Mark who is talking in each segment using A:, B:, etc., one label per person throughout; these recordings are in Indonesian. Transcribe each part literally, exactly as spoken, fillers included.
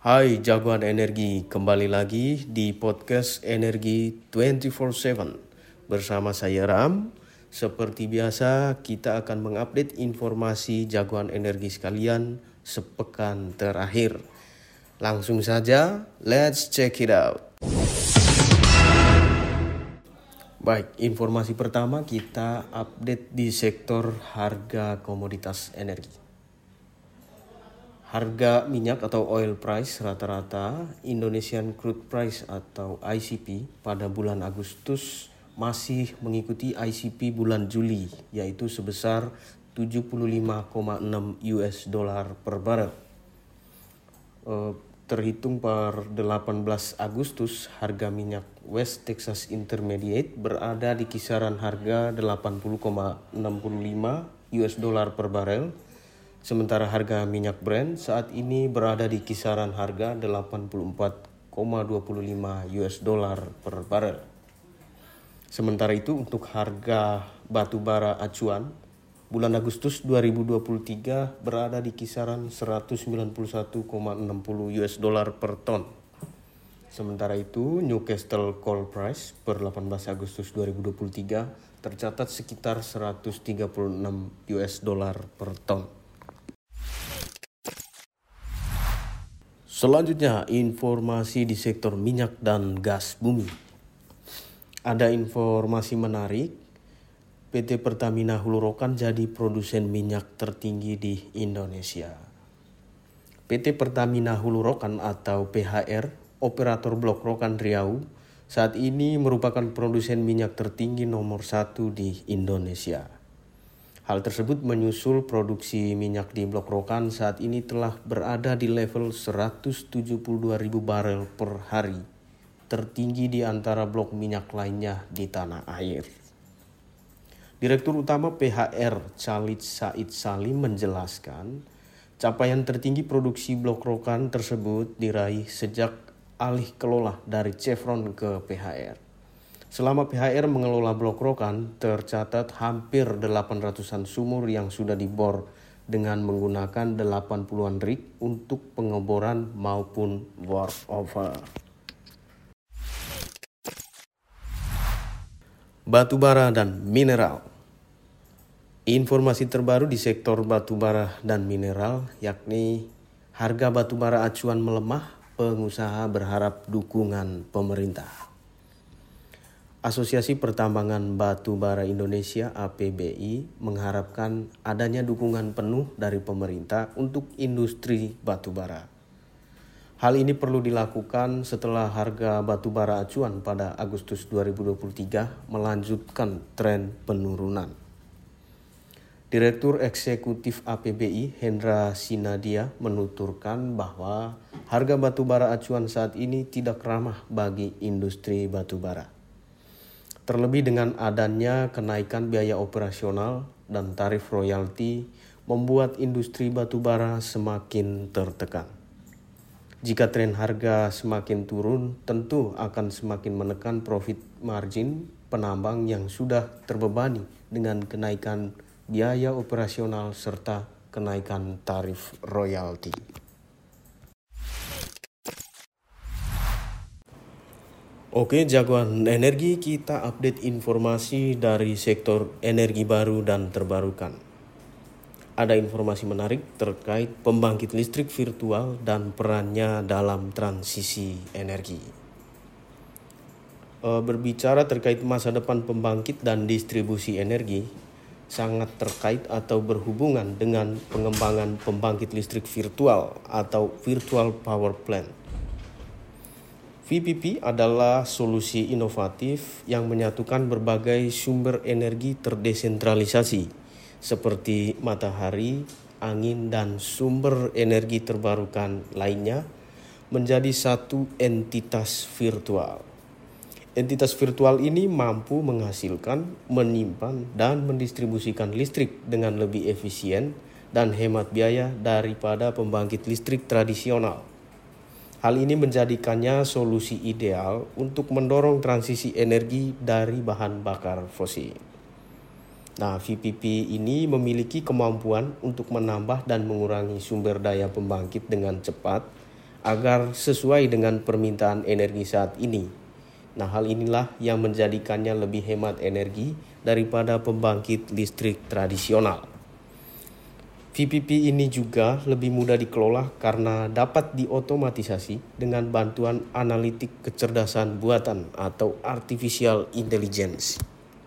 A: Hai jagoan energi, kembali lagi di podcast Energi dua puluh empat tujuh bersama saya Ram. Seperti biasa, kita akan mengupdate informasi jagoan energi sekalian sepekan terakhir. Langsung saja, let's check it out. Baik, informasi pertama kita update di sektor harga komoditas energi. Harga minyak atau oil price rata-rata Indonesian Crude Price atau I C P pada bulan Agustus masih mengikuti I C P bulan Juli, yaitu sebesar tujuh puluh lima koma enam U S dollar per barel. E, terhitung per delapan belas Agustus, harga minyak West Texas Intermediate berada di kisaran harga delapan puluh koma enam lima U S dollar per barel. Sementara harga minyak Brent saat ini berada di kisaran harga delapan puluh empat koma dua lima U S dollar per barel. Sementara itu untuk harga batu bara acuan bulan Agustus dua ribu dua puluh tiga berada di kisaran seratus sembilan puluh satu koma enam nol U S dollar per ton. Sementara itu Newcastle Coal Price per delapan belas Agustus dua ribu dua puluh tiga tercatat sekitar seratus tiga puluh enam U S dollar per ton. Selanjutnya, informasi di sektor minyak dan gas bumi. Ada informasi menarik, P T Pertamina Hulu Rokan jadi produsen minyak tertinggi di Indonesia. P T Pertamina Hulu Rokan atau P H R, operator blok Rokan Riau, saat ini merupakan produsen minyak tertinggi nomor satu di Indonesia. Hal tersebut menyusul produksi minyak di blok Rokan saat ini telah berada di level seratus tujuh puluh dua ribu barel per hari, tertinggi di antara blok minyak lainnya di tanah air. Direktur Utama P H R Khalid Said Salim menjelaskan, capaian tertinggi produksi blok Rokan tersebut diraih sejak alih kelola dari Chevron ke P H R. Selama P H R mengelola blok Rokan, tercatat hampir delapan ratusan sumur yang sudah dibor dengan menggunakan delapan puluhan rig untuk pengeboran maupun workover. Batubara dan mineral. Informasi terbaru di sektor batubara dan mineral, yakni harga batubara acuan melemah, pengusaha berharap dukungan pemerintah. Asosiasi Pertambangan Batu Bara Indonesia A P B I mengharapkan adanya dukungan penuh dari pemerintah untuk industri batu bara. Hal ini perlu dilakukan setelah harga batu bara acuan pada Agustus dua ribu dua puluh tiga melanjutkan tren penurunan. Direktur Eksekutif A P B I Hendra Sinadia menuturkan bahwa harga batu bara acuan saat ini tidak ramah bagi industri batu bara. Terlebih dengan adanya kenaikan biaya operasional dan tarif royalti membuat industri batubara semakin tertekan. Jika tren harga semakin turun, tentu akan semakin menekan profit margin penambang yang sudah terbebani dengan kenaikan biaya operasional serta kenaikan tarif royalti. Oke, jagoan energi, kita update informasi dari sektor energi baru dan terbarukan. Ada informasi menarik terkait pembangkit listrik virtual dan perannya dalam transisi energi. E, berbicara terkait masa depan pembangkit dan distribusi energi, sangat terkait atau berhubungan dengan pengembangan pembangkit listrik virtual atau virtual power plant. V P P adalah solusi inovatif yang menyatukan berbagai sumber energi terdesentralisasi seperti matahari, angin, dan sumber energi terbarukan lainnya menjadi satu entitas virtual. Entitas virtual ini mampu menghasilkan, menyimpan, dan mendistribusikan listrik dengan lebih efisien dan hemat biaya daripada pembangkit listrik tradisional. Hal ini menjadikannya solusi ideal untuk mendorong transisi energi dari bahan bakar fosil. Nah, V P P ini memiliki kemampuan untuk menambah dan mengurangi sumber daya pembangkit dengan cepat agar sesuai dengan permintaan energi saat ini. Nah, hal inilah yang menjadikannya lebih hemat energi daripada pembangkit listrik tradisional. V P P ini juga lebih mudah dikelola karena dapat diotomatisasi dengan bantuan analitik kecerdasan buatan atau artificial intelligence.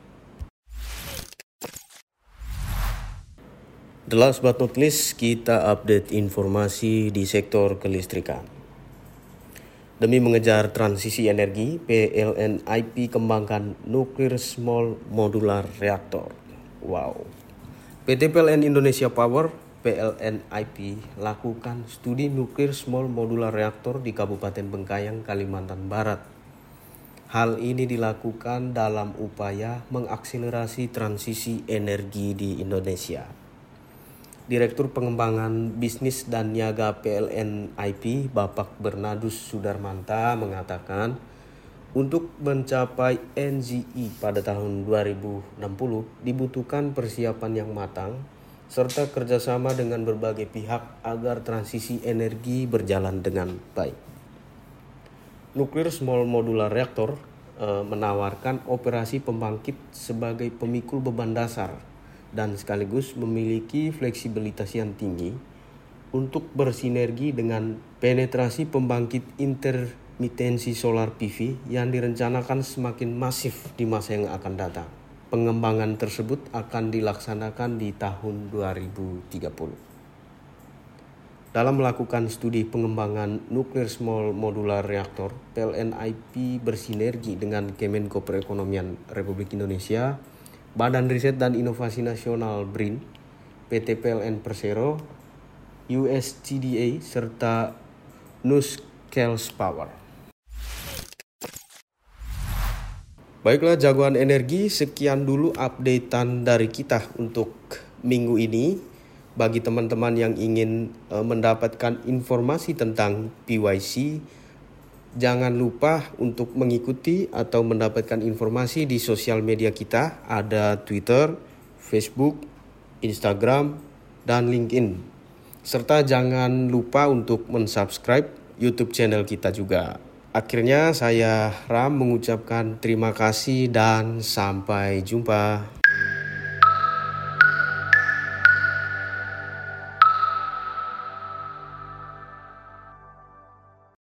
A: The last but not least, kita update informasi di sektor kelistrikan. Demi mengejar transisi energi, P L N I P kembangkan Nuclear Small Modular Reactor. Wow. P T P L N Indonesia Power P L N I P lakukan studi Nuclear Small Modular Reactor di Kabupaten Bengkayang, Kalimantan Barat. Hal ini dilakukan dalam upaya mengakselerasi transisi energi di Indonesia. Direktur Pengembangan Bisnis dan Niaga P L N I P, Bapak Bernardus Sudarmanta mengatakan, untuk mencapai N Z E pada tahun dua ribu enam puluh dibutuhkan persiapan yang matang serta kerjasama dengan berbagai pihak agar transisi energi berjalan dengan baik. Nuclear Small Modular Reactor e, menawarkan operasi pembangkit sebagai pemikul beban dasar dan sekaligus memiliki fleksibilitas yang tinggi untuk bersinergi dengan penetrasi pembangkit intermitensi solar P V yang direncanakan semakin masif di masa yang akan datang. Pengembangan tersebut akan dilaksanakan di tahun dua ribu tiga puluh. Dalam melakukan studi pengembangan Nuclear Small Modular Reactor, P L N I P bersinergi dengan Kemenko Perekonomian Republik Indonesia, Badan Riset dan Inovasi Nasional B R I N, P T P L N Persero, U S C D A, serta NuScale Power. Baiklah jagoan energi, sekian dulu updatean dari kita untuk minggu ini. Bagi teman-teman yang ingin uh, mendapatkan informasi tentang P Y C, jangan lupa untuk mengikuti atau mendapatkan informasi di sosial media kita. Ada Twitter, Facebook, Instagram, dan LinkedIn. Serta jangan lupa untuk mensubscribe YouTube channel kita juga. Akhirnya saya Ram mengucapkan terima kasih dan sampai jumpa.